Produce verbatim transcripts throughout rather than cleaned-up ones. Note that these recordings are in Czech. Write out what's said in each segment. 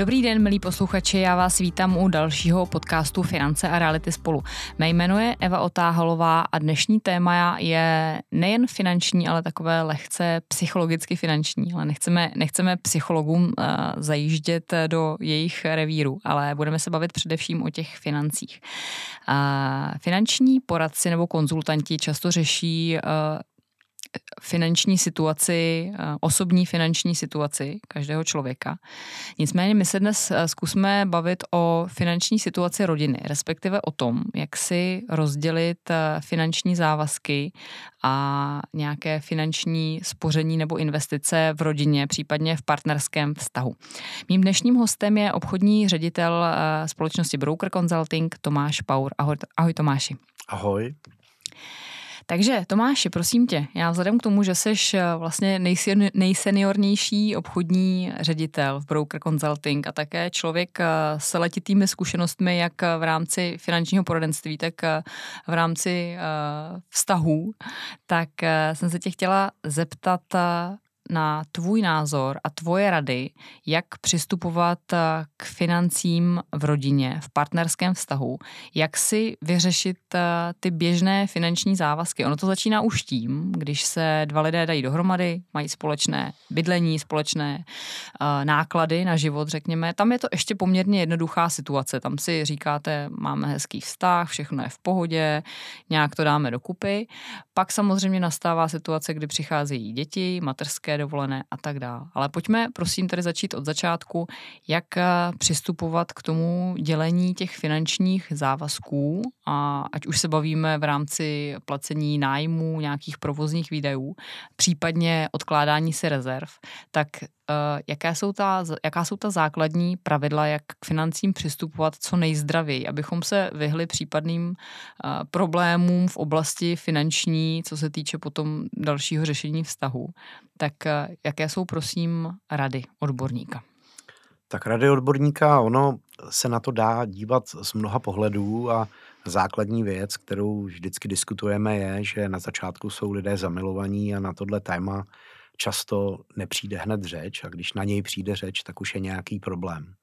Dobrý den, milí posluchači, já vás vítám u dalšího podcastu Finance a reality spolu. Mé jméno je Eva Otáhalová a dnešní téma je nejen finanční, ale takové lehce psychologicky finanční. Ale nechceme, nechceme psychologům uh, zajíždět do jejich revíru, ale budeme se bavit především o těch financích. Uh, finanční poradci nebo konzultanti často řeší uh, finanční situaci, osobní finanční situaci každého člověka. Nicméně my se dnes zkusme bavit o finanční situaci rodiny, respektive o tom, jak si rozdělit finanční závazky a nějaké finanční spoření nebo investice v rodině, případně v partnerském vztahu. Mým dnešním hostem je obchodní ředitel společnosti Broker Consulting Tomáš Pour. Ahoj, ahoj Tomáši. Ahoj. Takže Tomáši, prosím tě, já vzhledem k tomu, že jsi vlastně nejseniornější obchodní ředitel v Broker Consulting a také člověk s letitými zkušenostmi jak v rámci finančního poradenství, tak v rámci vztahů, tak jsem se tě chtěla zeptat na tvůj názor a tvoje rady, jak přistupovat k financím v rodině, v partnerském vztahu, jak si vyřešit ty běžné finanční závazky. Ono to začíná už tím, když se dva lidé dají dohromady, mají společné bydlení, společné uh, náklady na život, řekněme. Tam je to ještě poměrně jednoduchá situace. Tam si říkáte, máme hezký vztah, všechno je v pohodě, nějak to dáme dokupy. Pak samozřejmě nastává situace, kdy přicházejí děti, mateřské dovolené a tak dále. Ale pojďme prosím tady začít od začátku, jak přistupovat k tomu dělení těch finančních závazků, a ať už se bavíme v rámci placení nájmu, nějakých provozních výdajů, případně odkládání si rezerv, tak jaká jsou ta, jaká jsou ta základní pravidla, jak k financím přistupovat co nejzdravěji, abychom se vyhli případným problémům v oblasti finanční, co se týče potom dalšího řešení vztahu. Tak jaké jsou, prosím, rady odborníka? Tak rady odborníka, ono se na to dá dívat z mnoha pohledů a základní věc, kterou vždycky diskutujeme, je, že na začátku jsou lidé zamilovaní a na tohle téma často nepřijde hned řeč a když na něj přijde řeč, tak už je nějaký problém.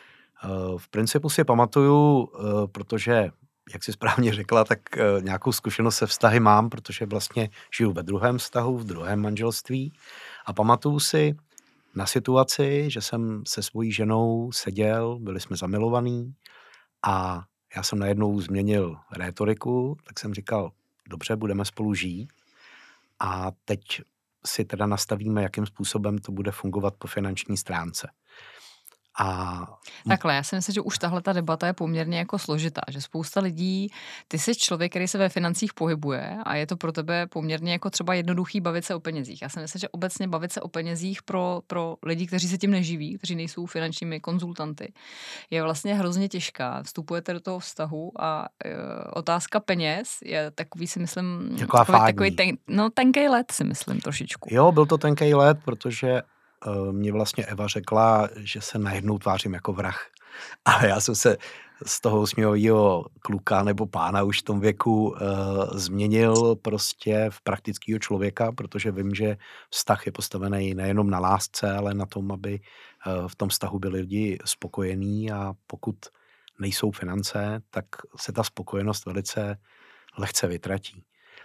V principu si pamatuju, protože, jak jsi správně řekla, tak nějakou zkušenost se vztahy mám, protože vlastně žiju ve druhém vztahu, v druhém manželství a pamatuju si na situaci, že jsem se svojí ženou seděl, byli jsme zamilovaní a já jsem najednou změnil rétoriku, tak jsem říkal, dobře, budeme spolu žít a teď si teda nastavíme, jakým způsobem to bude fungovat po finanční stránce. A... Takhle, já si myslím, že už tahle ta debata je poměrně jako složitá, že spousta lidí, ty jsi člověk, který se ve financích pohybuje a je to pro tebe poměrně jako třeba jednoduchý bavit se o penězích. Já si myslím, že obecně bavit se o penězích pro, pro lidi, kteří se tím neživí, kteří nejsou finančními konzultanty, je vlastně hrozně těžká. Vstupujete do toho vztahu a e, otázka peněz je takový, si myslím, takový, takový ten, no, tenkej let, si myslím trošičku. Jo, byl to tenkej let, protože mě vlastně Eva řekla, že se najednou tvářím jako vrah. Ale já jsem se z toho usměvavého kluka nebo pána už v tom věku uh, změnil prostě v praktického člověka, protože vím, že vztah je postavený nejenom na lásce, ale na tom, aby uh, v tom vztahu byli lidi spokojení a pokud nejsou finance, tak se ta spokojenost velice lehce vytratí.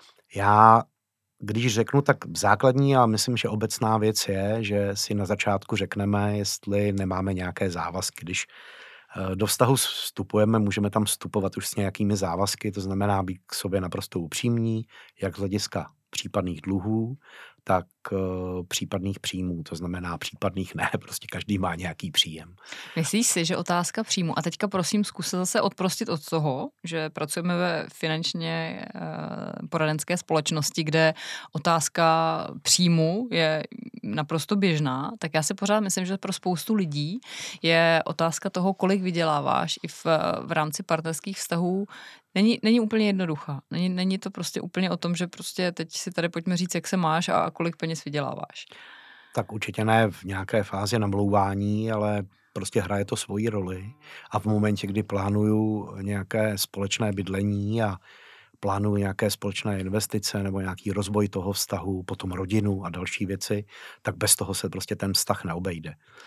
Já Když řeknu, tak základní a myslím, že obecná věc je, že si na začátku řekneme, jestli nemáme nějaké závazky. Když do vztahu vstupujeme, můžeme tam vstupovat už s nějakými závazky, to znamená být k sobě naprosto upřímní, jak z hlediska případných dluhů, tak uh, případných příjmů, to znamená případných ne, prostě každý má nějaký příjem. Myslíš si, že otázka příjmu, a teďka prosím zkuste zase odprostit od toho, že pracujeme ve finančně uh, poradenské společnosti, kde otázka příjmu je naprosto běžná, tak já si pořád myslím, že pro spoustu lidí je otázka toho, kolik vyděláváš i v, v rámci partnerských vztahů, Není, není úplně jednoduchá. Není, není to prostě úplně o tom, že prostě teď si tady pojďme říct, jak se máš a kolik peněz vyděláváš. Tak určitě ne v nějaké fázi namlouvání, ale prostě hraje to svoji roli. A v momentě, kdy plánuju nějaké společné bydlení a plánuju nějaké společné investice nebo nějaký rozvoj toho vztahu, potom rodinu a další věci, tak bez toho se prostě ten vztah neobejde.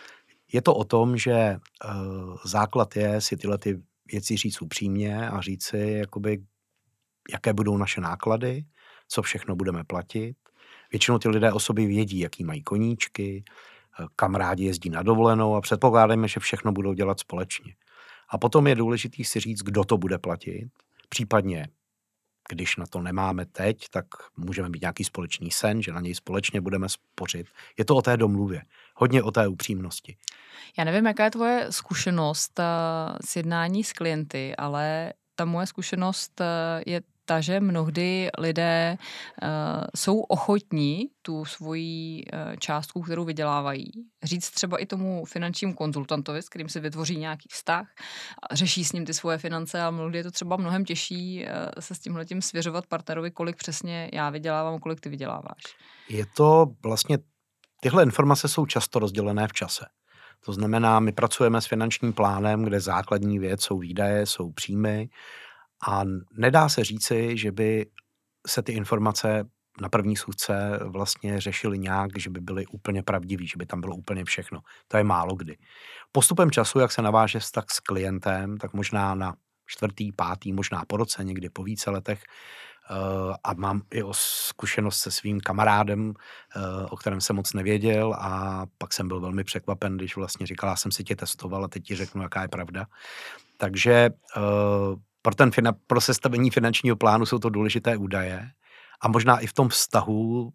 Je to o tom, že uh, základ je si tyhle ty věci říct upřímně a říct si, jakoby, jaké budou naše náklady, co všechno budeme platit. Většinou ty lidé o sobě vědí, jaký mají koníčky, kam rádi jezdí na dovolenou a předpokládáme, že všechno budou dělat společně. A potom je důležité si říct, kdo to bude platit, případně když na to nemáme teď, tak můžeme mít nějaký společný sen, že na něj společně budeme spořit. Je to o té domluvě, hodně o té upřímnosti. Já nevím, jaká je tvoje zkušenost s jednání s klienty, ale ta moje zkušenost je ta, že mnohdy lidé uh, jsou ochotní tu svoji uh, částku, kterou vydělávají, říct třeba i tomu finančnímu konzultantovi, s kterým si vytvoří nějaký vztah a řeší s ním ty svoje finance, a mnohdy je to třeba mnohem těžší uh, se s tímhletím svěřovat partnerovi, kolik přesně já vydělávám, kolik ty vyděláváš. Je to vlastně, tyhle informace jsou často rozdělené v čase. To znamená, my pracujeme s finančním plánem, kde základní věc jsou výdaje, jsou příjmy, a nedá se říci, že by se ty informace na první schůzce vlastně řešily nějak, že by byly úplně pravdivý, že by tam bylo úplně všechno. To je málo kdy. Postupem času, jak se naváže vztah s klientem, tak možná na čtvrtý, pátý, možná po roce, někdy po více letech, a mám i o zkušenost se svým kamarádem, o kterém jsem moc nevěděl, a pak jsem byl velmi překvapen, když vlastně říkal, já jsem si tě testoval a teď ti řeknu, jaká je pravda. Takže pro, ten, pro sestavení finančního plánu jsou to důležité údaje a možná i v tom vztahu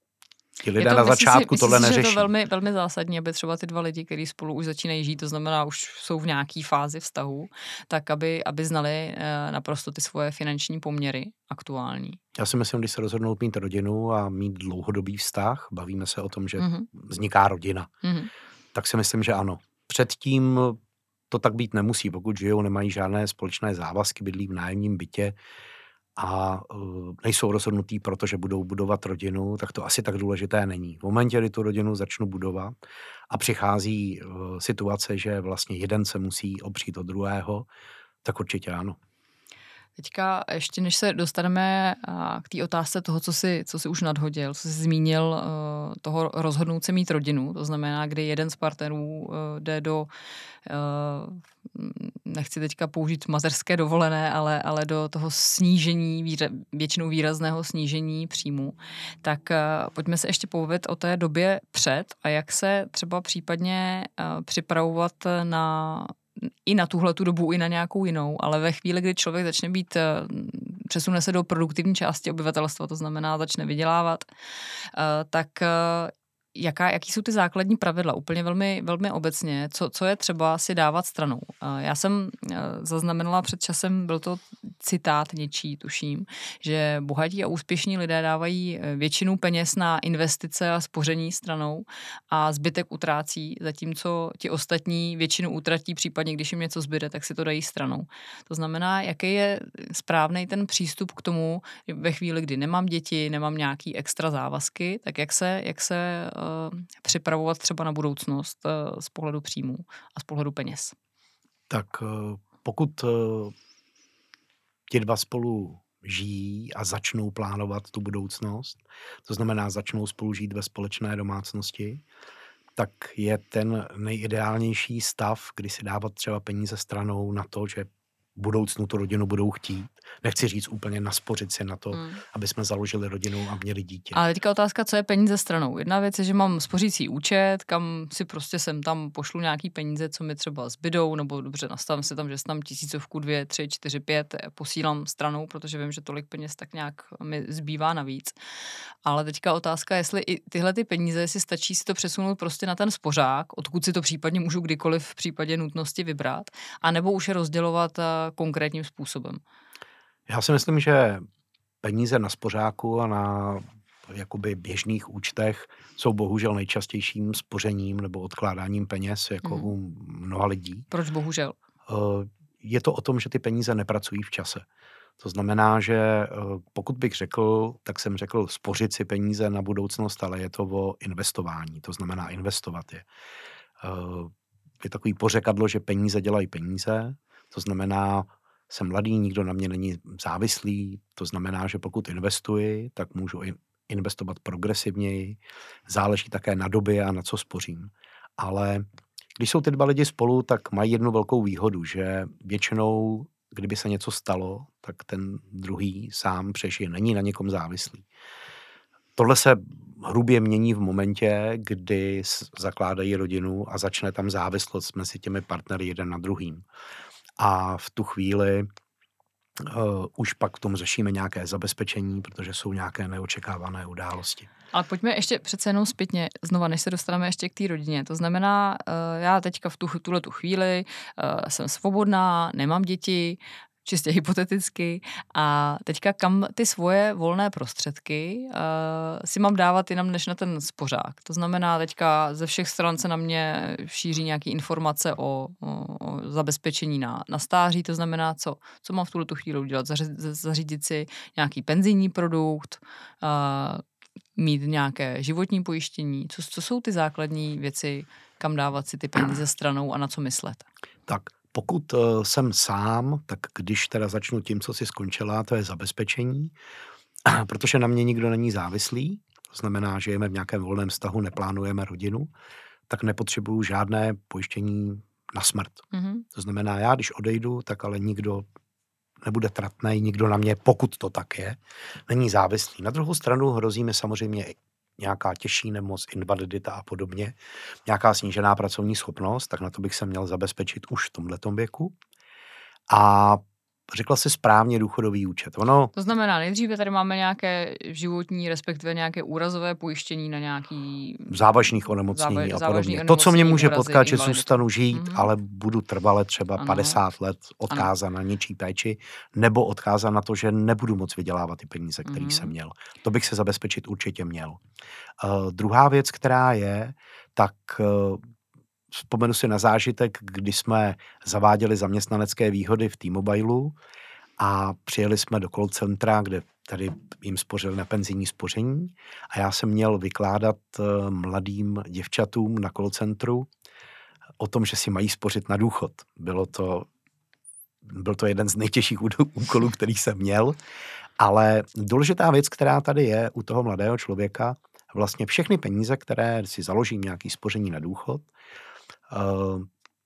ti lidé to, na začátku si, tohle si, neřeší. Je to velmi, velmi zásadní, aby třeba ty dva lidi, kteří spolu už začínají žít, to znamená, už jsou v nějaké fázi vztahu, tak aby, aby znali eh, naprosto ty svoje finanční poměry aktuální. Já si myslím, když se rozhodnou mít rodinu a mít dlouhodobý vztah, bavíme se o tom, že mm-hmm. vzniká rodina, mm-hmm. tak si myslím, že ano. Předtím to tak být nemusí, pokud žijou, nemají žádné společné závazky, bydlí v nájemním bytě a uh, nejsou rozhodnutí, protože budou budovat rodinu, tak to asi tak důležité není. V momentě, kdy tu rodinu začnu budovat a přichází uh, situace, že vlastně jeden se musí opřít od druhého, tak určitě ano. Teďka ještě než se dostaneme k té otázce toho, co jsi, co jsi už nadhodil, co jsi zmínil, toho rozhodnout se mít rodinu, to znamená, kdy jeden z partnerů jde do, nechci teďka použít mateřské dovolené, ale, ale do toho snížení, většinou výrazného snížení příjmu, tak pojďme se ještě pobavit o té době před a jak se třeba případně připravovat na i na tuhle tu dobu, i na nějakou jinou, ale ve chvíli, kdy člověk začne být, přesune se do produktivní části obyvatelstva, to znamená začne vydělávat, tak jaká, jaký jsou ty základní pravidla? Úplně velmi, velmi obecně, co, co je třeba si dávat stranou. Já jsem zaznamenala před časem, byl to citát něčí, tuším, že bohatí a úspěšní lidé dávají většinu peněz na investice a spoření stranou a zbytek utrácí, zatímco ti ostatní většinu utratí, případně když jim něco zbyde, tak si to dají stranou. To znamená, jaký je správný ten přístup k tomu, ve chvíli, kdy nemám děti, nemám nějaký extra závazky, tak jak se, jak se připravovat třeba na budoucnost z pohledu příjmů a z pohledu peněz? Tak pokud ti dva spolu žijí a začnou plánovat tu budoucnost, to znamená začnou spolu žít ve společné domácnosti, tak je ten nejideálnější stav, kdy si dávat třeba peníze stranou na to, že v budoucnu tu rodinu budou chtít. Nechci říct úplně naspořit si na to, hmm. aby jsme založili rodinu a měli dítě. Ale teďka otázka, co je peníze stranou. Jedna věc je, že mám spořící účet, kam si prostě sem tam pošlu nějaký peníze, co mi třeba zbydou, nebo dobře, nastavím si tam, že tam tisícovku, dvě, tři, čtyři, pět posílám stranou, protože vím, že tolik peněz tak nějak mi zbývá navíc. Ale teďka otázka, jestli i tyhle ty peníze si stačí si to přesunout prostě na ten spořák, odkud si to případně můžu kdykoliv v případě nutnosti vybrat, anebo už je rozdělovat konkrétním způsobem. Já si myslím, že peníze na spořáku a na jakoby běžných účtech jsou bohužel nejčastějším spořením nebo odkládáním peněz jako mm. u mnoha lidí. Proč bohužel? Je to o tom, že ty peníze nepracují v čase. To znamená, že pokud bych řekl, tak jsem řekl spořit si peníze na budoucnost, ale je to o investování. To znamená investovat je. Je takový pořekadlo, že peníze dělají peníze. To znamená, jsem mladý, nikdo na mě není závislý, to znamená, že pokud investuji, tak můžu investovat progresivněji, záleží také na době a na co spořím. Ale když jsou ty dva lidi spolu, tak mají jednu velkou výhodu, že většinou, kdyby se něco stalo, tak ten druhý sám přežije, není na někom závislý. Tohle se hrubě mění v momentě, kdy zakládají rodinu a začne tam závislost mezi těmi partnery jeden na druhým. A v tu chvíli uh, už pak v tom řešíme nějaké zabezpečení, protože jsou nějaké neočekávané události. Ale pojďme ještě přece jenom zpětně, znova, než se dostaneme ještě k té rodině. To znamená, uh, já teďka v tu, tuhle tu chvíli uh, jsem svobodná, nemám děti, čistě hypoteticky, a teďka kam ty svoje volné prostředky uh, si mám dávat jinam než na ten spořák. To znamená, teďka ze všech stran se na mě šíří nějaké informace o, o, o zabezpečení na, na stáří, to znamená, co, co mám v tuhle tu chvíli udělat, zařídit, zařídit si nějaký penzijní produkt, uh, mít nějaké životní pojištění. Co, co jsou ty základní věci, kam dávat si ty peníze stranou a na co myslet? Tak pokud uh, jsem sám, tak když teda začnu tím, co si skončila, to je zabezpečení, protože na mě nikdo není závislý, to znamená, že žijeme v nějakém volném vztahu, neplánujeme rodinu, tak nepotřebuju žádné pojištění na smrt. Mm-hmm. To znamená, já když odejdu, tak ale nikdo nebude tratnej, nikdo na mě, pokud to tak je, není závislý. Na druhou stranu hrozí mi samozřejmě nějaká těžší nemoc, invalidita a podobně, nějaká snížená pracovní schopnost, tak na to bych se měl zabezpečit už v tomhletom věku. A řekla si správně důchodový účet. Ono, to znamená, nejdříve tady máme nějaké životní, respektive nějaké úrazové pojištění na nějaký závažných onemocnění záva, a podobně. To, co mě může potkat, že zůstanu žít, mm-hmm. ale budu trvale třeba ano. padesát let odkázan na něčí péči, nebo odkázan na to, že nebudu moc vydělávat ty peníze, které mm-hmm. jsem měl. To bych se zabezpečit určitě měl. Uh, druhá věc, která je, tak uh, vzpomenu si na zážitek, kdy jsme zaváděli zaměstnanecké výhody v T-Mobileu a přijeli jsme do call centra, kde tady jim spořili na penzijní spoření a já jsem měl vykládat mladým děvčatům na call centru o tom, že si mají spořit na důchod. Bylo to, byl to jeden z nejtěžších úkolů, který jsem měl, ale důležitá věc, která tady je u toho mladého člověka, vlastně všechny peníze, které si založím nějaký spoření na důchod, Uh,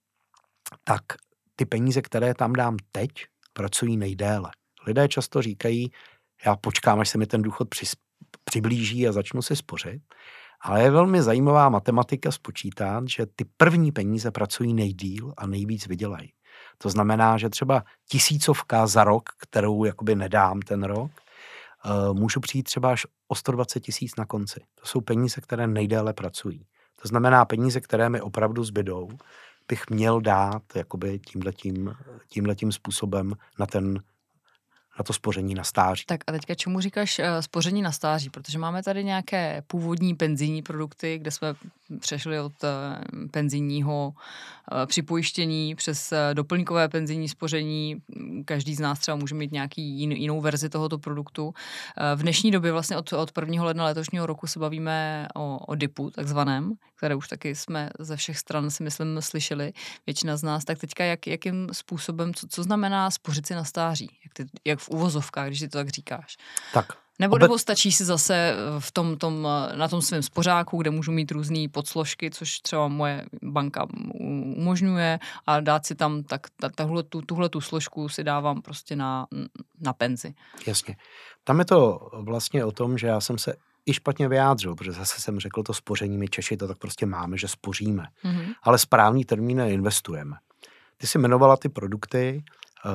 tak ty peníze, které tam dám teď, pracují nejdéle. Lidé často říkají, já počkám, až se mi ten důchod při, přiblíží a začnu si spořit, ale je velmi zajímavá matematika spočítat, že ty první peníze pracují nejdýl a nejvíc vydělají. To znamená, že třeba tisícovka za rok, kterou jakoby nedám ten rok, uh, můžu přijít třeba až o sto dvacet tisíc na konci. To jsou peníze, které nejdéle pracují. To znamená, peníze, které mi opravdu zbydou, bych měl dát jakoby tímhletím, tímhletím způsobem na, ten, na to spoření na stáří. Tak a teďka čemu říkáš uh, spoření na stáří? Protože máme tady nějaké původní penzijní produkty, kde jsme přešli od uh, penzijního uh, připojištění přes uh, doplňkové penzijní spoření. Každý z nás třeba může mít nějaký jin, jinou verzi tohoto produktu. Uh, v dnešní době vlastně od, od prvního ledna letošního roku se bavíme o, o dipu takzvaném, které už taky jsme ze všech stran, si myslím, slyšeli, většina z nás. Tak teďka jak, jakým způsobem, co, co znamená spořit si na stáří? Jak, ty, jak v uvozovkách, když si to tak říkáš? Tak. Nebo, nebo stačí si zase v tom, tom, na tom svém spořáku, kde můžu mít různý podsložky, což třeba moje banka umožňuje, a dát si tam tak, ta, tahle, tu, tuhle tu složku si dávám prostě na, na penzi. Jasně. Tam je to vlastně o tom, že já jsem se i špatně vyjádřil, protože zase jsem řekl, to spoření, my Češi to tak prostě máme, že spoříme. Mm-hmm. Ale správný termín je investujeme. Ty jsi jmenovala ty produkty,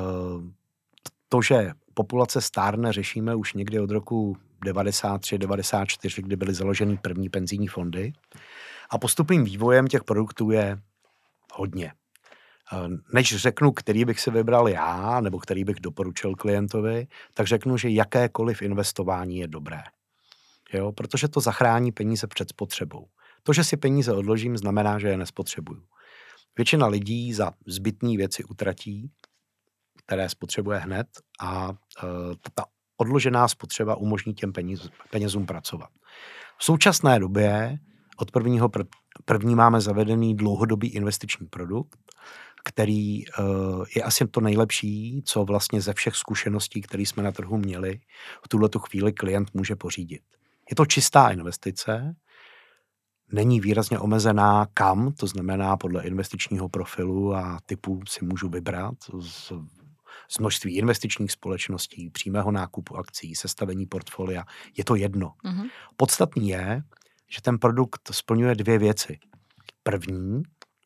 to, že populace stárne, řešíme už někdy od roku devadesát tři devadesát čtyři, kdy byly založeny první penzijní fondy. A postupným vývojem těch produktů je hodně. Než řeknu, který bych si vybral já, nebo který bych doporučil klientovi, tak řeknu, že jakékoliv investování je dobré. Jo? Protože to zachrání peníze před spotřebou. To, že si peníze odložím, znamená, že je nespotřebuju. Většina lidí za zbytné věci utratí, které spotřebuje hned, a e, ta odložená spotřeba umožní těm peněz, penězům pracovat. V současné době od prvního pr- první máme zavedený dlouhodobý investiční produkt, který e, je asi to nejlepší, co vlastně ze všech zkušeností, které jsme na trhu měli, v tuhletu chvíli klient může pořídit. Je to čistá investice, není výrazně omezená kam, to znamená podle investičního profilu a typu si můžu vybrat z, z množství investičních společností, přímého nákupu akcí, sestavení portfolia. Je to jedno. Mm-hmm. Podstatný je, že ten produkt splňuje dvě věci. První,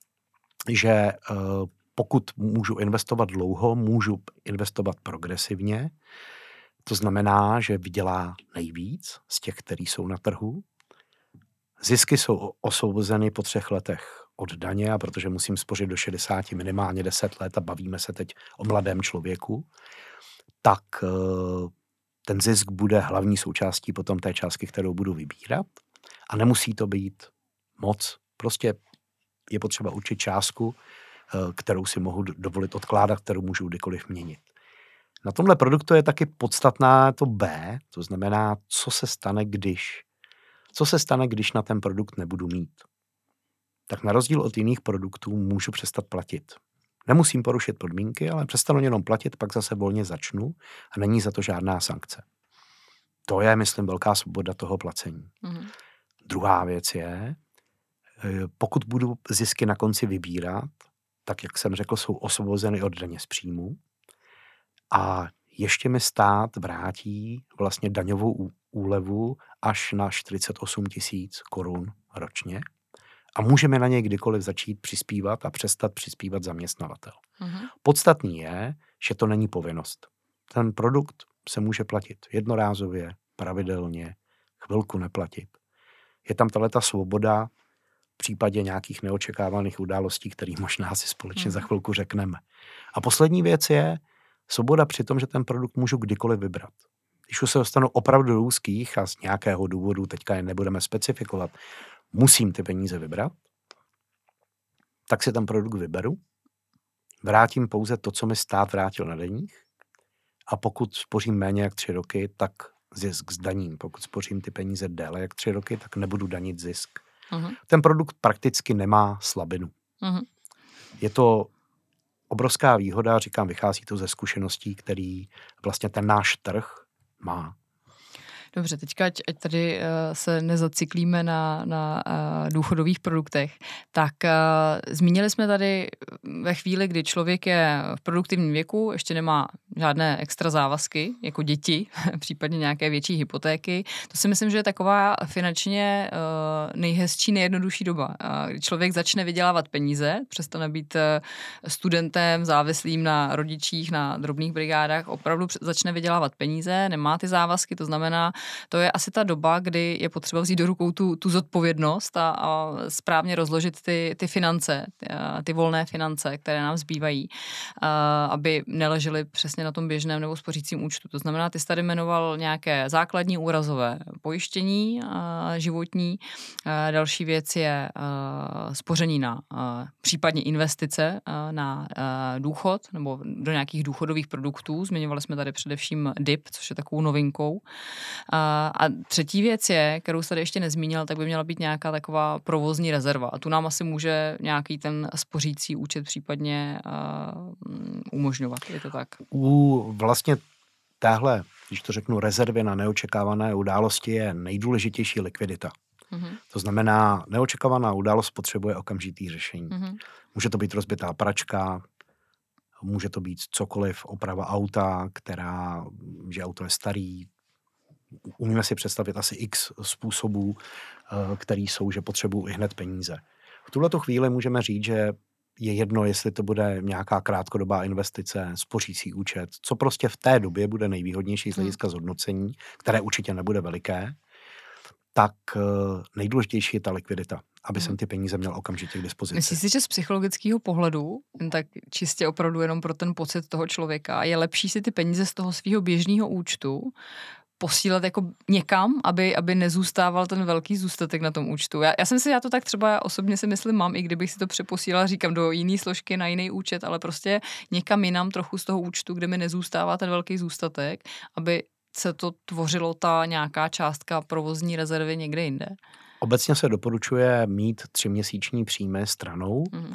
že uh, pokud můžu investovat dlouho, můžu investovat progresivně. To znamená, že vydělá nejvíc z těch, který jsou na trhu. Zisky jsou osvobozeny po třech letech od daně, a protože musím spořit do šedesáti minimálně deset let a bavíme se teď o mladém člověku, tak uh, ten zisk bude hlavní součástí potom té částky, kterou budu vybírat. A nemusí to být moc. Prostě je potřeba určit částku, kterou si mohu dovolit odkládat, kterou můžu kdykoliv měnit. Na tomhle produktu je taky podstatná to B, to znamená, co se stane, když. Co se stane, když na ten produkt nebudu mít. Tak na rozdíl od jiných produktů můžu přestat platit. Nemusím porušit podmínky, ale přestanu jenom platit, pak zase volně začnu a není za to žádná sankce. To je, myslím, velká svoboda toho placení. Mm-hmm. Druhá věc je, pokud budu zisky na konci vybírat, tak jak jsem řekl, jsou osvobozeny od daně z příjmu a ještě mi stát vrátí vlastně daňovou úlevu až na čtyřicet osm tisíc korun ročně a můžeme na něj kdykoliv začít přispívat a přestat přispívat zaměstnavatel. Mm-hmm. Podstatný je, že to není povinnost. Ten produkt se může platit jednorázově, pravidelně, chvilku neplatit. Je tam tato svoboda v případě nějakých neočekávaných událostí, které možná si společně mm. za chvilku řekneme. A poslední věc je svoboda při tom, že ten produkt můžu kdykoliv vybrat. Když už se dostanu opravdu do úzkých a z nějakého důvodu, teďka je nebudeme specifikovat, musím ty peníze vybrat, tak si ten produkt vyberu, vrátím pouze to, co mi stát vrátil na daních, a pokud spořím méně jak tři roky, tak zisk zdaním. Pokud spořím ty peníze déle jak tři roky, tak nebudu danit zisk. Uh-huh. Ten produkt prakticky nemá slabinu. Uh-huh. Je to obrovská výhoda, říkám, vychází to ze zkušeností, který vlastně ten náš trh má. Dobře, teďka, ať, ať tady uh, se nezacyklíme na, na uh, důchodových produktech, tak uh, zmínili jsme tady ve chvíli, kdy člověk je v produktivním věku, ještě nemá žádné extra závazky, jako děti, případně nějaké větší hypotéky. To si myslím, že je taková finančně uh, nejhezčí, nejjednodušší doba. Uh, kdy člověk začne vydělávat peníze, přestane být uh, studentem, závislým na rodičích, na drobných brigádách, opravdu začne vydělávat peníze, nemá ty závazky, to znamená, to je asi ta doba, kdy je potřeba vzít do rukou tu, tu zodpovědnost a, a správně rozložit ty, ty finance, ty, ty volné finance, které nám zbývají, a, aby neležely přesně na tom běžném nebo spořícím účtu. To znamená, ty jsi tady jmenoval nějaké základní úrazové pojištění a, životní. A další věc je a, spoření na a, případně investice a, na a, důchod nebo do nějakých důchodových produktů. Zmiňovali jsme tady především D I P, což je takovou novinkou. A, a třetí věc je, kterou jsi tady ještě nezmínil, tak by měla být nějaká taková provozní rezerva. A tu nám asi může nějaký ten spořící účet případně uh, umožňovat. Je to tak? U vlastně téhle, když to řeknu, rezervy na neočekávané události je nejdůležitější likvidita. Mm-hmm. To znamená, neočekávaná událost potřebuje okamžitý řešení. Mm-hmm. Může to být rozbitá pračka, může to být cokoliv, oprava auta, která, že auto je starý. Umíme si představit asi x způsobů, který jsou, že potřebují i hned peníze. V tuhleto chvíli můžeme říct, že je jedno, jestli to bude nějaká krátkodobá investice, spořící účet, co prostě v té době bude nejvýhodnější z hlediska zhodnocení, které určitě nebude veliké, tak nejdůležitější je ta likvidita, aby hmm. jsem ty peníze měl okamžitě k dispozici. Myslíš si, že z psychologického pohledu, tak čistě opravdu jenom pro ten pocit toho člověka, je lepší si ty peníze z toho svého běžného účtu posílat jako někam, aby, aby nezůstával ten velký zůstatek na tom účtu. Já, já jsem si, já to tak třeba osobně si myslím mám, i kdybych si to přeposílala, říkám, do jiný složky, na jiný účet, ale prostě někam jinam trochu z toho účtu, kde mi nezůstává ten velký zůstatek, aby se to tvořilo ta nějaká částka provozní rezervy někde jinde. Obecně se doporučuje mít tříměsíční příjmy stranou mm.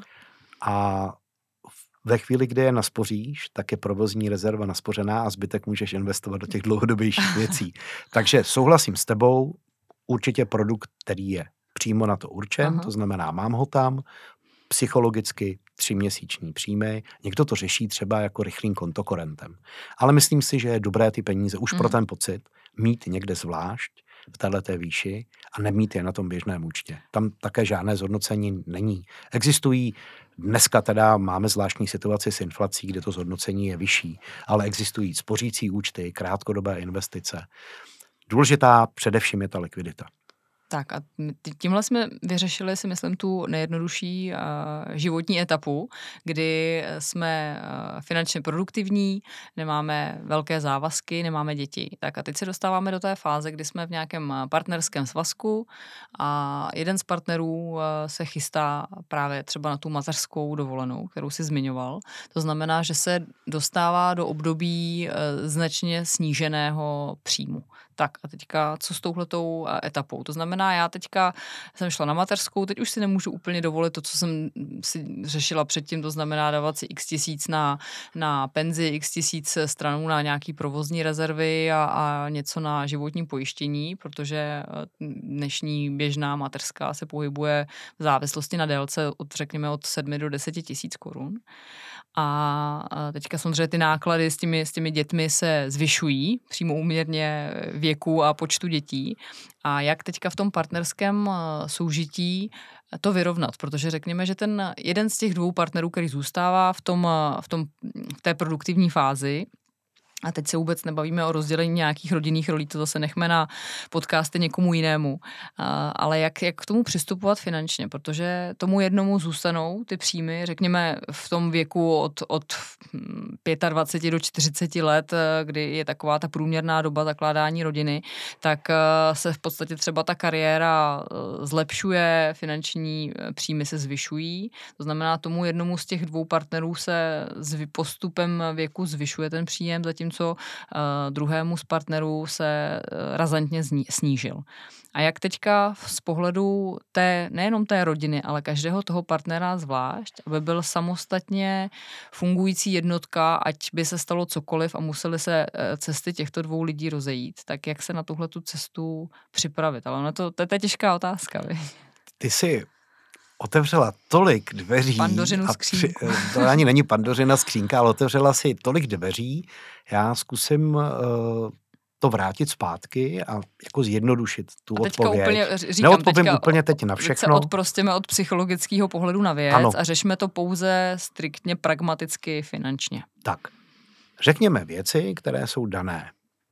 a ve chvíli, kdy je naspoříš, tak je provozní rezerva naspořená a zbytek můžeš investovat do těch dlouhodobějších věcí. Takže souhlasím s tebou, určitě produkt, který je přímo na to určen, Aha. to znamená, mám ho tam, psychologicky tříměsíční příjmy, někdo to řeší třeba jako rychlým kontokorentem. Ale myslím si, že je dobré ty peníze už mm. pro ten pocit mít někde zvlášť v téhleté výši a nemít je na tom běžném účtě. Tam také žádné zhodnocení není. Existují, dneska teda máme zvláštní situaci s inflací, kde to zhodnocení je vyšší, ale existují spořící účty, krátkodobé investice. Důležitá především je ta likvidita. Tak a tímhle jsme vyřešili, si myslím, tu nejjednodušší uh, životní etapu, kdy jsme uh, finančně produktivní, nemáme velké závazky, nemáme děti. Tak a teď se dostáváme do té fáze, kdy jsme v nějakém partnerském svazku a jeden z partnerů uh, se chystá právě třeba na tu mateřskou dovolenou, kterou si zmiňoval. To znamená, že se dostává do období uh, značně sníženého příjmu. Tak a teďka co s touhletou etapou? To znamená, já teďka jsem šla na mateřskou, teď už si nemůžu úplně dovolit to, co jsem si řešila předtím, to znamená dávat si x tisíc na, na penzi, x tisíc stranou na nějaký provozní rezervy a, a něco na životní pojištění, protože dnešní běžná mateřská se pohybuje v závislosti na délce od, řekněme, od sedmi do deseti tisíc korun. A teďka samozřejmě ty náklady s těmi, s těmi dětmi se zvyšují přímo úměrně věku a počtu dětí. A jak teďka v tom partnerském soužití to vyrovnat? Protože řekněme, že ten jeden z těch dvou partnerů, který zůstává v, tom, v, tom, v té produktivní fázi, a teď se vůbec nebavíme o rozdělení nějakých rodinných rolí, to zase nechme na podcasty někomu jinému. Ale jak, jak k tomu přistupovat finančně, protože tomu jednomu zůstanou ty příjmy, řekněme v tom věku od, od dvacet pět do čtyřiceti let, kdy je taková ta průměrná doba zakládání rodiny, tak se v podstatě třeba ta kariéra zlepšuje, finanční příjmy se zvyšují. To znamená, tomu jednomu z těch dvou partnerů se s postupem věku zvyšuje ten příjem, zatím co uh, druhému z partnerů se uh, razantně zni- snížil. A jak teďka z pohledu té, nejenom té rodiny, ale každého toho partnera zvlášť, aby byl samostatně fungující jednotka, ať by se stalo cokoliv a museli se uh, cesty těchto dvou lidí rozejít, tak jak se na tuhletu cestu připravit? Ale ono to, to, to je těžká otázka. Vy? Ty jsi otevřela tolik dveří. Pandořinu skřínku. Při, to ani není pandořina skřínka, ale otevřela si tolik dveří. Já zkusím uh, to vrátit zpátky a jako zjednodušit tu a teďka odpověď. Úplně, říkám, Neodpovím teďka úplně teď na všechno. Teď se odprostěme od psychologického pohledu na věc ano. a řešme to pouze striktně pragmaticky finančně. Tak, řekněme věci, které jsou dané.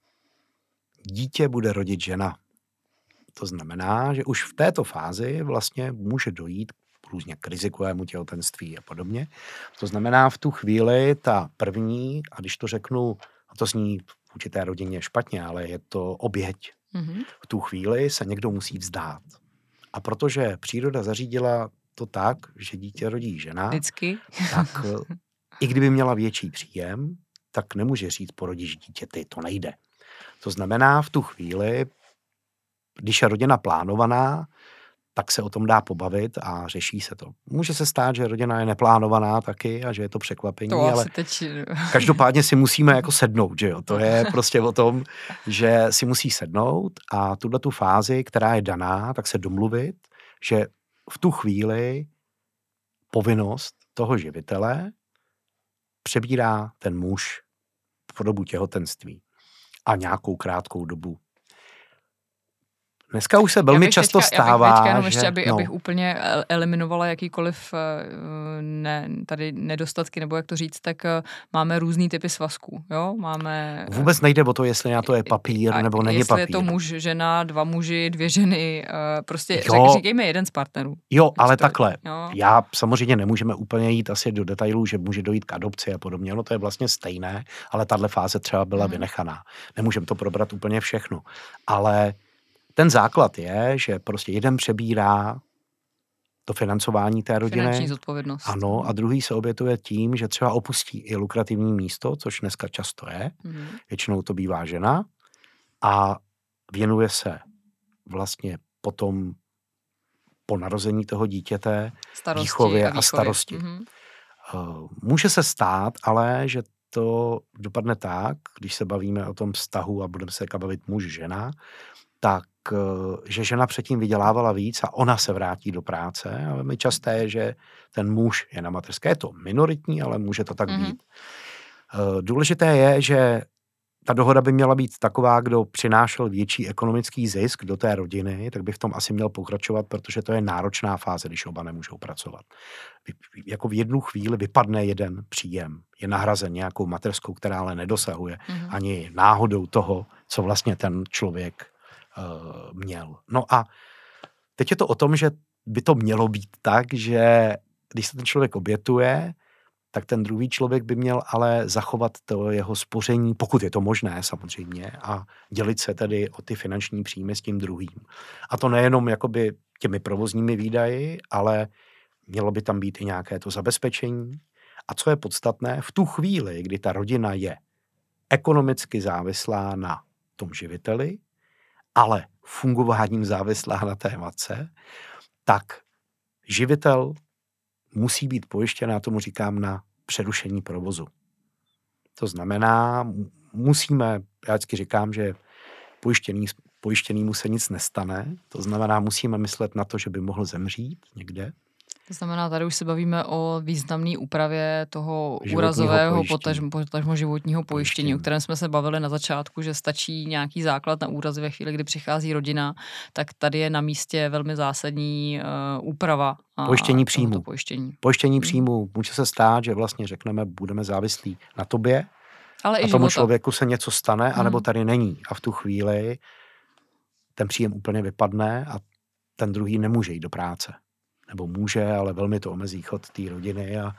Dítě bude rodit žena. To znamená, že už v této fázi vlastně může dojít různě k rizikovému těhotenství a podobně. To znamená, v tu chvíli ta první, a když to řeknu, a to zní v určité rodině špatně, ale je to oběť. Mm-hmm. V tu chvíli se někdo musí vzdát. A protože příroda zařídila to tak, že dítě rodí žena, vždycky, tak i kdyby měla větší příjem, tak nemůže říct porodíš dítě ty, to nejde. To znamená, v tu chvíli když je rodina plánovaná, tak se o tom dá pobavit a řeší se to. Může se stát, že rodina je neplánovaná taky a že je to překvapení, to ale teď... každopádně si musíme jako sednout, že jo. To je prostě o tom, že si musí sednout a tuhle tu fázi, která je daná, tak se domluvit, že v tu chvíli povinnost toho živitele přebírá ten muž po dobu těhotenství a nějakou krátkou dobu. Dneska už se velmi často teďka, stává, já bych teďka jenom že... ještě, aby, no. abych úplně eliminovala jakýkoliv ne, tady nedostatky, nebo jak to říct, tak máme různý typy svazků, jo? Máme... Vůbec nejde o to, jestli na to je papír, nebo není jestli papír. Jestli je to muž, žena, dva muži, dvě ženy, prostě jo, říkejme jeden z partnerů. Jo, ale to, takhle. Jo. Já samozřejmě nemůžeme úplně jít asi do detailů, že může dojít k adopci a podobně. No to je vlastně stejné, ale tahle fáze třeba byla hmm. vynechaná. Nemůžeme to probrat úplně všechno. Ale ten základ je, že prostě jeden přebírá to financování té rodiny. Finanční zodpovědnost. Ano, a druhý se obětuje tím, že třeba opustí i lukrativní místo, což dneska často je. Mm. Většinou to bývá žena a věnuje se vlastně potom po narození toho dítěte starosti výchově a, výchově. a starosti. Mm. Může se stát, ale že to dopadne tak, když se bavíme o tom vztahu a budeme se bavit muž-žena, tak že žena předtím vydělávala víc a ona se vrátí do práce. Ale my časté je, že ten muž je na mateřské. Je to minoritní, ale může to tak Mhm. být. Důležité je, že ta dohoda by měla být taková, kdo přinášel větší ekonomický zisk do té rodiny, tak by v tom asi měl pokračovat, protože to je náročná fáze, když oba nemůžou pracovat. Jako v jednu chvíli vypadne jeden příjem, je nahrazen nějakou mateřskou, která ale nedosahuje Mhm. ani náhodou toho, co vlastně ten člověk uh, měl. No a teď je to o tom, že by to mělo být tak, že když se ten člověk obětuje, tak ten druhý člověk by měl ale zachovat to jeho spoření, pokud je to možné samozřejmě, a dělit se tedy o ty finanční příjmy s tím druhým. A to nejenom jakoby těmi provozními výdaji, ale mělo by tam být i nějaké to zabezpečení. A co je podstatné, v tu chvíli, kdy ta rodina je ekonomicky závislá na tom živiteli, ale fungováním závislá na té matce, tak živitel musí být pojištěn, já tomu říkám, na přerušení provozu. To znamená, musíme, já vždycky říkám, že pojištěný, pojištěnýmu se nic nestane, to znamená, musíme myslet na to, že by mohl zemřít někde. To znamená, tady už se bavíme o významné úpravě toho Životního úrazového, pojištění. potažmo, potažmo životního pojištění, Pojištění. o kterém jsme se bavili na začátku, že stačí nějaký základ na úraz ve chvíli, kdy přichází rodina, tak tady je na místě velmi zásadní uh, úprava a Pojištění tohoto příjmu. pojištění. Pojištění Hmm. příjmu. Může se stát, že vlastně řekneme, budeme závislí na tobě, Ale a i tomu života. člověku se něco stane, Hmm. anebo tady není. A v tu chvíli ten příjem úplně vypadne a ten druhý nemůže jít do práce. Nebo může, ale velmi to omezí chod té rodiny a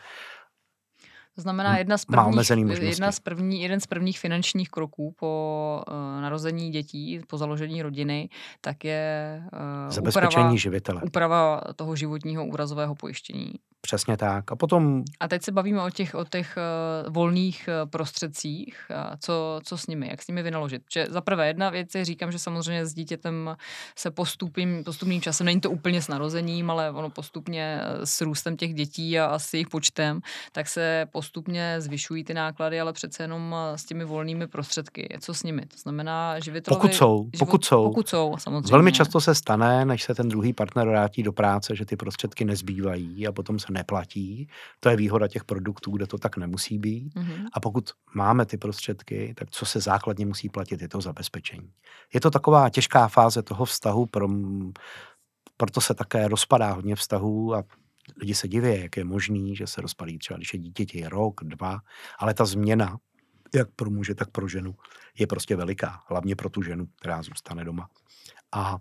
To znamená, jedna z má prvních, omezený možnosti. jedna z první, jeden z prvních finančních kroků po uh, narození dětí, po založení rodiny, tak je uh, Zabezpečení úprava, živitele. úprava toho životního úrazového pojištění. Přesně tak. A potom A teď se bavíme o těch, o těch uh, volných uh, prostředcích. Uh, co, co s nimi, jak s nimi vynaložit. Protože za prvé jedna věc je, říkám, že samozřejmě s dítětem se postupím, postupným časem, není to úplně s narozením, ale ono postupně s růstem těch dětí a, a s jejich počtem, tak se postupně zvyšují ty náklady, ale přece jenom s těmi volnými prostředky. Co s nimi? To znamená, živitelovi... pokud jsou, život, pokud jsou, pokud jsou, samozřejmě. Velmi často se stane, než se ten druhý partner vrátí do práce, že ty prostředky nezbývají a potom se neplatí. To je výhoda těch produktů, kde to tak nemusí být. Mm-hmm. A pokud máme ty prostředky, tak co se základně musí platit, je to zabezpečení. Je to taková těžká fáze toho vztahu, pro, proto se také rozpadá hodně vztahů a lidi se diví, jak je možný, že se rozpadí třeba, když je dítěti je rok, dva, ale ta změna, jak pro muže, tak pro ženu, je prostě veliká. Hlavně pro tu ženu, která zůstane doma. A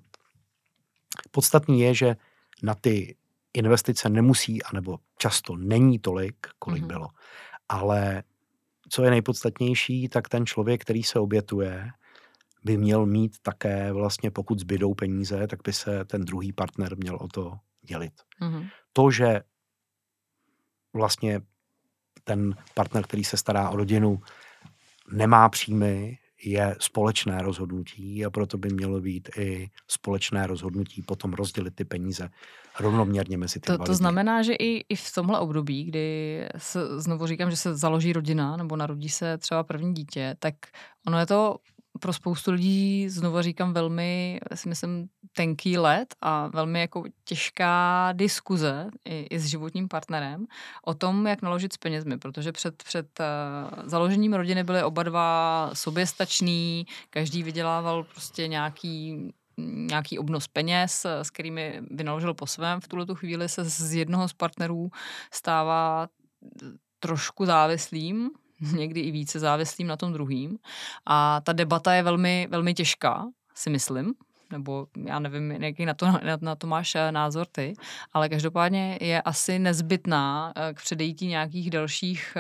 podstatný je, že na ty investice nemusí, anebo často není tolik, kolik mm-hmm. bylo. Ale co je nejpodstatnější, tak ten člověk, který se obětuje, by měl mít také vlastně, pokud zbydou peníze, tak by se ten druhý partner měl o to dělit. Mm-hmm. To, že vlastně ten partner, který se stará o rodinu, nemá příjmy, je společné rozhodnutí a proto by mělo být i společné rozhodnutí potom rozdělit ty peníze rovnoměrně mezi ty to, dva to lidi. znamená, že i, i v tomhle období, kdy se, znovu říkám, že se založí rodina nebo narodí se třeba první dítě, tak ono je to pro spoustu lidí, znovu říkám, velmi, si myslím, tenký let a velmi jako těžká diskuze i, i s životním partnerem o tom, jak naložit s penězmi, protože před, před uh, založením rodiny byly oba dva soběstační, každý vydělával prostě nějaký nějaký obnos peněz, s kterými vynaložil po svém. V tuhletu chvíli se z jednoho z partnerů stává trošku závislým, někdy i více závislým na tom druhým. A ta debata je velmi, velmi těžká, si myslím, nebo já nevím, jaký na to, na, na to máš názor ty, ale každopádně je asi nezbytná k předejítí nějakých dalších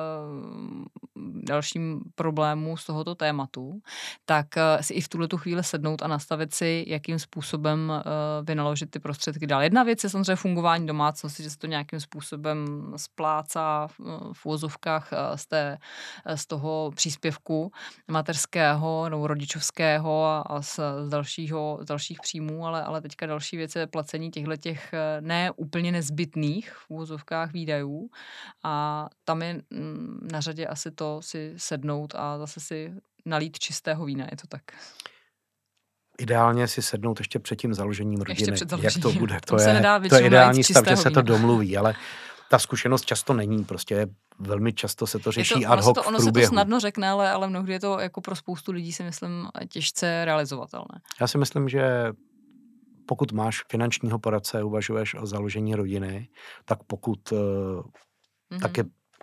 dalším problémů z tohoto tématu, tak si i v tuhletu chvíli sednout a nastavit si, jakým způsobem vynaložit ty prostředky dál. Jedna věc je samozřejmě fungování domácnosti, že se to nějakým způsobem splácá v úvozovkách z, té, z toho příspěvku mateřského nebo rodičovského a, a z, z, dalšího, z dalších příjmů, ale, ale teďka další věc je placení těchto těch ne úplně nezbytných v úvozovkách výdajů a tam je na řadě asi to si sednout a zase si nalít čistého vína, je to tak? Ideálně si sednout ještě před tím založením rodiny. Ještě před založením. Jak to bude? To To se je, nedá to je většinou ideální najít z stav, že čistého se to vína. domluví, ale ta zkušenost často není. Prostě velmi často se to Je řeší to, ad ono se hoc to, v ono se to průběhu. snadno řekne, ale, ale mnohdy je to jako pro spoustu lidí si myslím těžce realizovatelné. Já si myslím, že pokud máš finančního poradce, uvažuješ o založení rodiny, tak pokud, mm-hmm. tak je,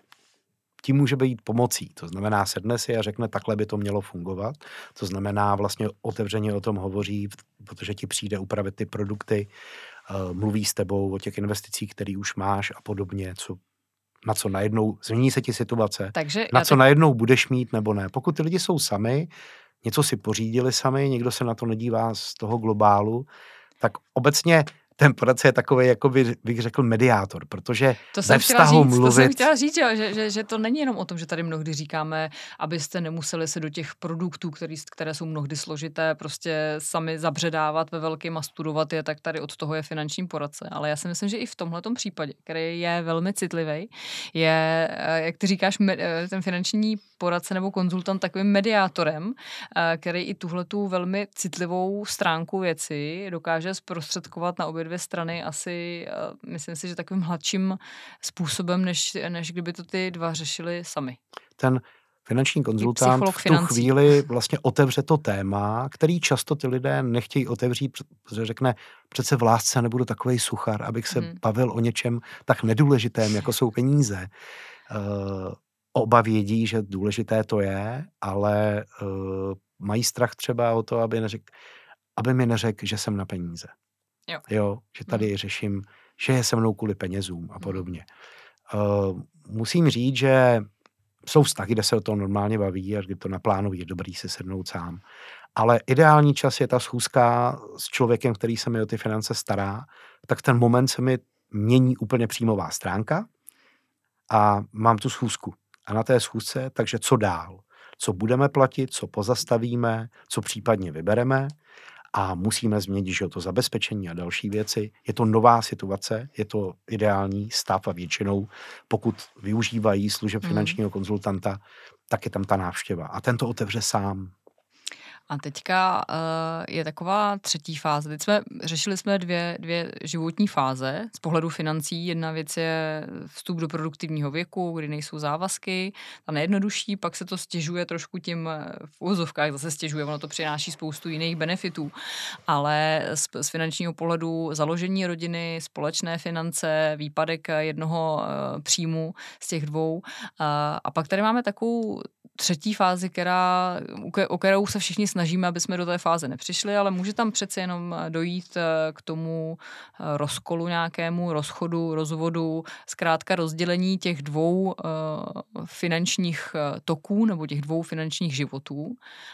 tím může být pomocí. To znamená, sedne si a řekne, takhle by to mělo fungovat. To znamená, vlastně otevřeně o tom hovoří, protože ti přijde upravit ty produkty, mluví s tebou o těch investicích, které už máš a podobně, co, na co najednou, změní se ti situace, Takže na co teď... najednou budeš mít nebo ne. Pokud ty lidi jsou sami, něco si pořídili sami, někdo se na to nedívá z toho globálu, tak obecně ten poradce je takový, jako by, bych řekl, mediátor, protože to ve vztahu říct, mluvit... To jsem chtěla říct, jo, že, že, že to není jenom o tom, že tady mnohdy říkáme, abyste nemuseli se do těch produktů, který, které jsou mnohdy složité, prostě sami zabředávat ve velkým a studovat je, tak tady od toho je finanční poradce. Ale já si myslím, že i v tomhletom případě, který je velmi citlivý, je, jak ty říkáš, ten finanční poradce nebo konzultant takovým mediátorem, který i tuhletu velmi citlivou stránku věci dokáže zprostředkovat na obě dvě strany asi, myslím si, že takovým hladším způsobem, než, než kdyby to ty dva řešili sami. Ten finanční konzultant v tu financí. chvíli vlastně otevře to téma, který často ty lidé nechtějí otevřít, protože řekne, přece v lásce nebudu takovej suchar, abych se hmm. bavil o něčem tak nedůležitém, jako jsou peníze. Uh, oba vědí, že důležité to je, ale uh, mají strach třeba o to, aby, neřek, aby mi neřekl, že jsem na peníze. Jo. Jo, že tady hmm. řeším, že je se mnou kvůli penězům a podobně. Uh, musím říct, že jsou vztahy, kde se o tom normálně baví a kdy to naplánují, je dobrý si sednout sám. Ale ideální čas je ta schůzka s člověkem, který se mi o ty finance stará, tak ten moment se mi mění úplně příjmová stránka a mám tu schůzku. A na té schůzce, takže co dál? Co budeme platit, co pozastavíme, co případně vybereme a musíme změnit, že to zabezpečení a další věci. Je to nová situace, je to ideální stav a většinou, pokud využívají služeb hmm. finančního konzultanta, tak je tam ta návštěva. A ten to otevře sám. A teďka uh, je taková třetí fáze. Teď jsme, řešili jsme dvě, dvě životní fáze z pohledu financí. Jedna věc je vstup do produktivního věku, kdy nejsou závazky. Ta nejjednodušší, pak se to stěžuje trošku tím v úvozovkách, zase stěžuje, ono to přináší spoustu jiných benefitů. Ale z, z finančního pohledu založení rodiny, společné finance, výpadek jednoho uh, příjmu z těch dvou. Uh, a pak tady máme takovou třetí fázi, která, o kterou se všichni snažíme, aby jsme do té fáze nepřišli, ale může tam přece jenom dojít k tomu rozkolu nějakému, rozchodu, rozvodu, zkrátka rozdělení těch dvou finančních toků nebo těch dvou finančních životů.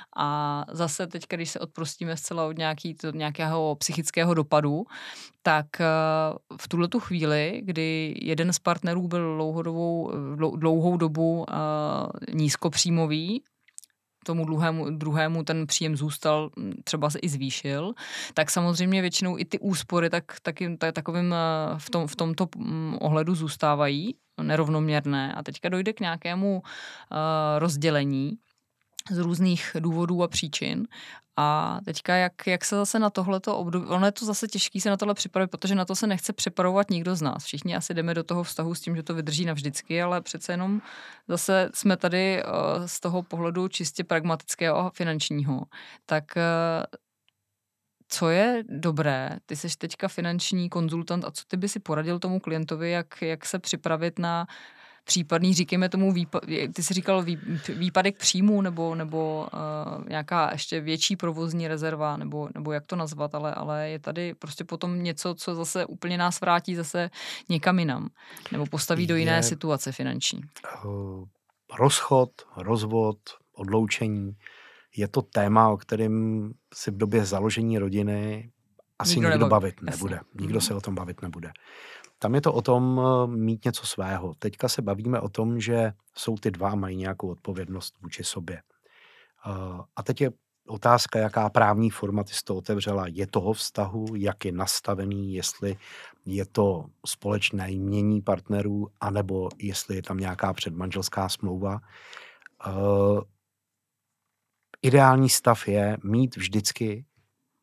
A zase teď, když se odprostíme zcela od nějaký, to, nějakého psychického dopadu, tak v tuhletu chvíli, kdy jeden z partnerů byl dlouhodobou, dlouhou dobu nízkopříjmový, tomu druhému, druhému ten příjem zůstal, třeba se i zvýšil, tak samozřejmě většinou i ty úspory tak, taky, tak, takovým v, tom, v tomto ohledu zůstávají nerovnoměrné. A teďka dojde k nějakému uh, rozdělení z různých důvodů a příčin. A teďka, jak, jak se zase na tohleto období, ono je to zase těžký se na tohle připravit, protože na to se nechce připravovat nikdo z nás. Všichni asi jdeme do toho vztahu s tím, že to vydrží navždycky, ale přece jenom zase jsme tady uh, z toho pohledu čistě pragmatického a finančního. Tak uh, co je dobré? Ty jsi teďka finanční konzultant a co ty by si poradil tomu klientovi, jak, jak se připravit na případný, říkejme tomu, výpa- ty jsi říkal vý- výpadek příjmu nebo, nebo uh, nějaká ještě větší provozní rezerva, nebo, nebo jak to nazvat, ale, ale je tady prostě potom něco, co zase úplně nás vrátí zase někam jinam, nebo postaví je, do jiné situace finanční. Uh, rozchod, rozvod, odloučení, je to téma, o kterém si v době založení rodiny asi nikdo, nikdo bavit nebude. Jasně. Nikdo mm. se o tom bavit nebude. Tam je to o tom mít něco svého. Teďka se bavíme o tom, že jsou ty dva, mají nějakou odpovědnost vůči sobě. A teď je otázka, jaká právní forma ty jsi to otevřela, je toho vztahu, jak je nastavený, jestli je to společné jmění partnerů, anebo jestli je tam nějaká předmanželská smlouva. Ideální stav je mít vždycky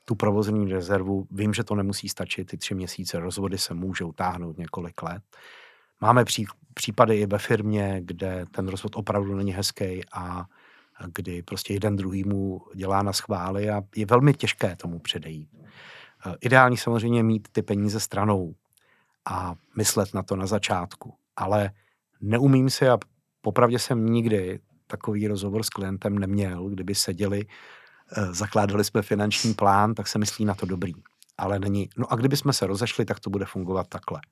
tu provozní rezervu. Vím, že to nemusí stačit, ty tři měsíce, rozvody se můžou táhnout několik let. Máme pří, případy i ve firmě, kde ten rozvod opravdu není hezký a kdy prostě jeden druhýmu dělá na schvály a je velmi těžké tomu předejít. Ideální samozřejmě mít ty peníze stranou a myslet na to na začátku, ale neumím si a popravdě jsem nikdy takový rozhovor s klientem neměl, kdyby seděli, zakládali jsme finanční plán, tak se myslí na to dobrý, ale není. No a kdyby jsme se rozešli, tak to bude fungovat takhle.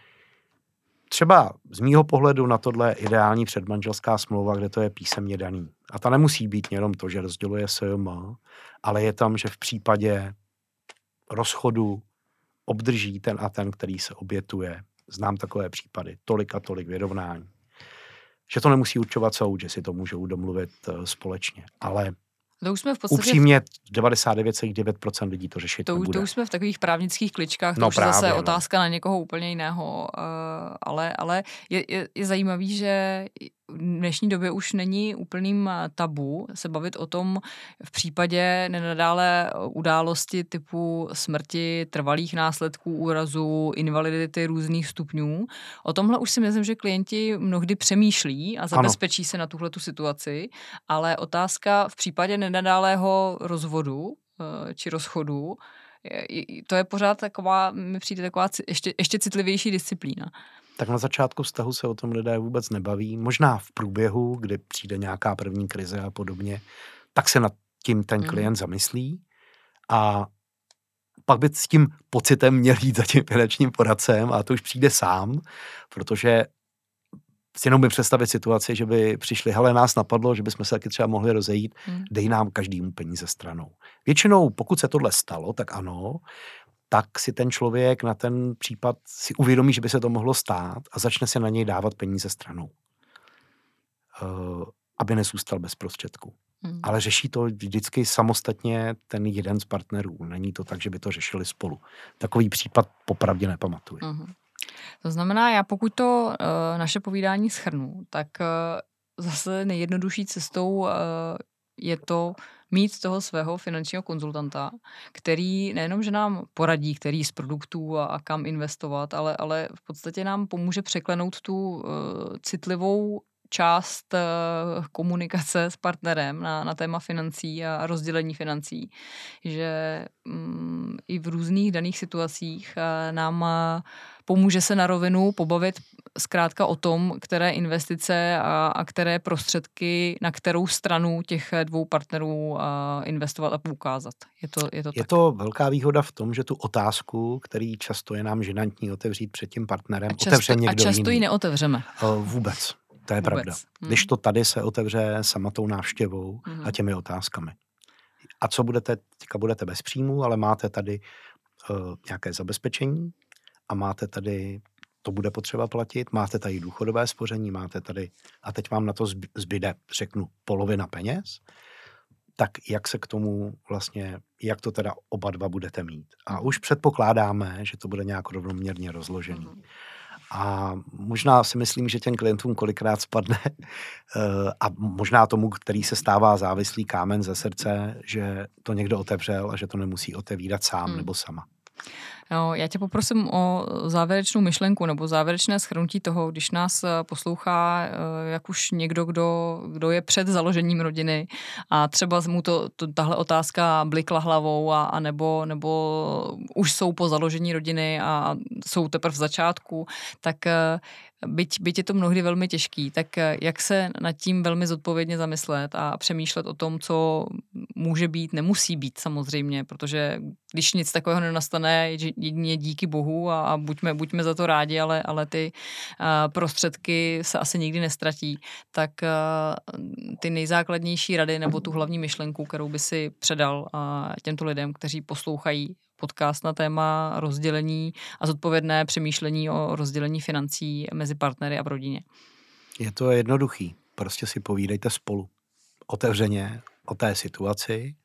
Třeba z mýho pohledu na tohle je ideální předmanželská smlouva, kde to je písemně daný. A ta nemusí být jenom to, že rozděluje S J M, ale je tam, že v případě rozchodu obdrží ten a ten, který se obětuje. Znám takové případy, tolik a tolik vyrovnání. Že to nemusí určovat soud, že si to můžou domluvit uh, společně, ale to už jsme v podstatě upřímně devadesát devět celá devět procent lidí to řešit to, nebude. To už jsme v takových právnických kličkách, to no už je zase no. otázka na někoho úplně jiného, uh, ale, ale je, je, je zajímavý, že v dnešní době už není úplným tabu se bavit o tom v případě nenadále události typu smrti, trvalých následků úrazu, invalidity různých stupňů. O tomhle už si myslím, že klienti mnohdy přemýšlí a zabezpečí ano. se na tuhletu situaci, ale otázka v případě nenadálého rozvodu či rozchodu, to je pořád taková, mi přijde taková ještě, ještě citlivější disciplína. Tak na začátku vztahu se o tom lidé vůbec nebaví. Možná v průběhu, kdy přijde nějaká první krize a podobně, tak se nad tím ten klient mm. zamyslí a pak by s tím pocitem měl jít za tím finančním poradcem a to už přijde sám, protože si jenom by představit situaci, že by přišli, hele, nás napadlo, že bychom se taky třeba mohli rozejít, mm. dej nám každému peníze stranou. Většinou, pokud se tohle stalo, tak ano, tak si ten člověk na ten případ si uvědomí, že by se to mohlo stát a začne si na něj dávat peníze stranou. Uh, aby nezůstal bez prostředků. Hmm. Ale řeší to vždycky samostatně ten jeden z partnerů. Není to tak, že by to řešili spolu. Takový případ popravdě nepamatuji. Hmm. To znamená, já pokud to uh, naše povídání shrnu, tak uh, zase nejjednodušší cestou uh, je to mít toho svého finančního konzultanta, který nejenom, že nám poradí, který z produktů a, a kam investovat, ale, ale v podstatě nám pomůže překlenout tu uh, citlivou část uh, komunikace s partnerem na, na téma financí a rozdělení financí. Že um, i v různých daných situacích uh, nám uh, pomůže se na rovinu pobavit zkrátka o tom, které investice a, a které prostředky, na kterou stranu těch dvou partnerů uh, investovat a poukázat. Je to, je to, je tak. to velká výhoda v tom, že tu otázku, který často je nám žinantní otevřít před tím partnerem, a často, otevře někdo A často jiný. ji neotevřeme. Uh, vůbec. To je Vůbec. pravda. Hmm. Když to tady se otevře sama tou návštěvou hmm. a těmi otázkami. A co budete, teďka budete bez příjmu, ale máte tady uh, nějaké zabezpečení a máte tady, to bude potřeba platit, máte tady důchodové spoření, máte tady, a teď vám na to zbyde, řeknu, polovina peněz, tak jak se k tomu vlastně, jak to teda oba dva budete mít. A už předpokládáme, že to bude nějak rovnoměrně rozložený. Hmm. A možná si myslím, že těm klientům kolikrát spadne a možná tomu, který se stává závislý, kámen ze srdce, že to někdo otevřel a že to nemusí otevírat sám hmm. nebo sama. No, já tě poprosím o závěrečnou myšlenku nebo závěrečné shrnutí toho, když nás poslouchá jak už někdo, kdo, kdo je před založením rodiny a třeba mu to, to tahle otázka blikla hlavou a, a nebo, nebo už jsou po založení rodiny a jsou teprve v začátku, tak byť, byť je to mnohdy velmi těžký, tak jak se nad tím velmi zodpovědně zamyslet a přemýšlet o tom, co může být, nemusí být samozřejmě, protože když nic takového nenastane, jedině díky bohu a, a buďme, buďme za to rádi, ale, ale ty uh, prostředky se asi nikdy nestratí, tak uh, ty nejzákladnější rady nebo tu hlavní myšlenku, kterou by si předal uh, těmto lidem, kteří poslouchají podcast na téma rozdělení a zodpovědné přemýšlení o rozdělení financí mezi partnery a v rodině. Je to jednoduchý. Prostě si povídejte spolu. Otevřeně o té situaci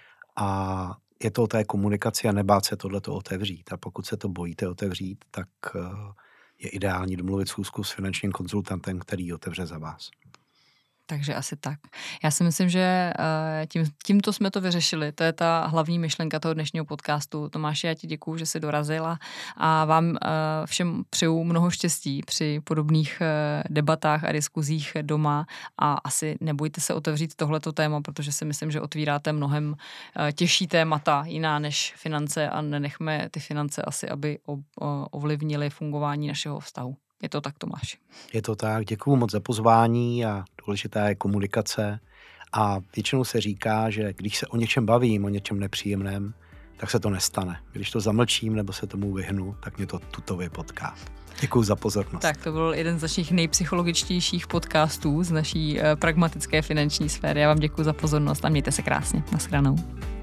a je to o té komunikaci a nebát se tohleto otevřít. A pokud se to bojíte otevřít, tak je ideální domluvit schůzku s finančním konzultantem, který ji otevře za vás. Takže asi tak. Já si myslím, že tím, tímto jsme to vyřešili. To je ta hlavní myšlenka toho dnešního podcastu. Tomáši, já ti děkuju, že jsi dorazila a vám všem přeju mnoho štěstí při podobných debatách a diskuzích doma a asi nebojte se otevřít tohleto téma, protože si myslím, že otvíráte mnohem těžší témata jiná než finance a nenechme ty finance asi, aby ovlivnily fungování našeho vztahu. Je to tak, Tomáš? Je to tak, děkuju moc za pozvání a důležitá je komunikace a většinou se říká, že když se o něčem bavím, o něčem nepříjemném, tak se to nestane. Když to zamlčím nebo se tomu vyhnu, tak mě to tutově potká. Děkuju za pozornost. Tak to byl jeden z našich nejpsychologičtějších podcastů z naší uh, pragmatické finanční sféry. Já vám děkuju za pozornost a mějte se krásně. Naschranou.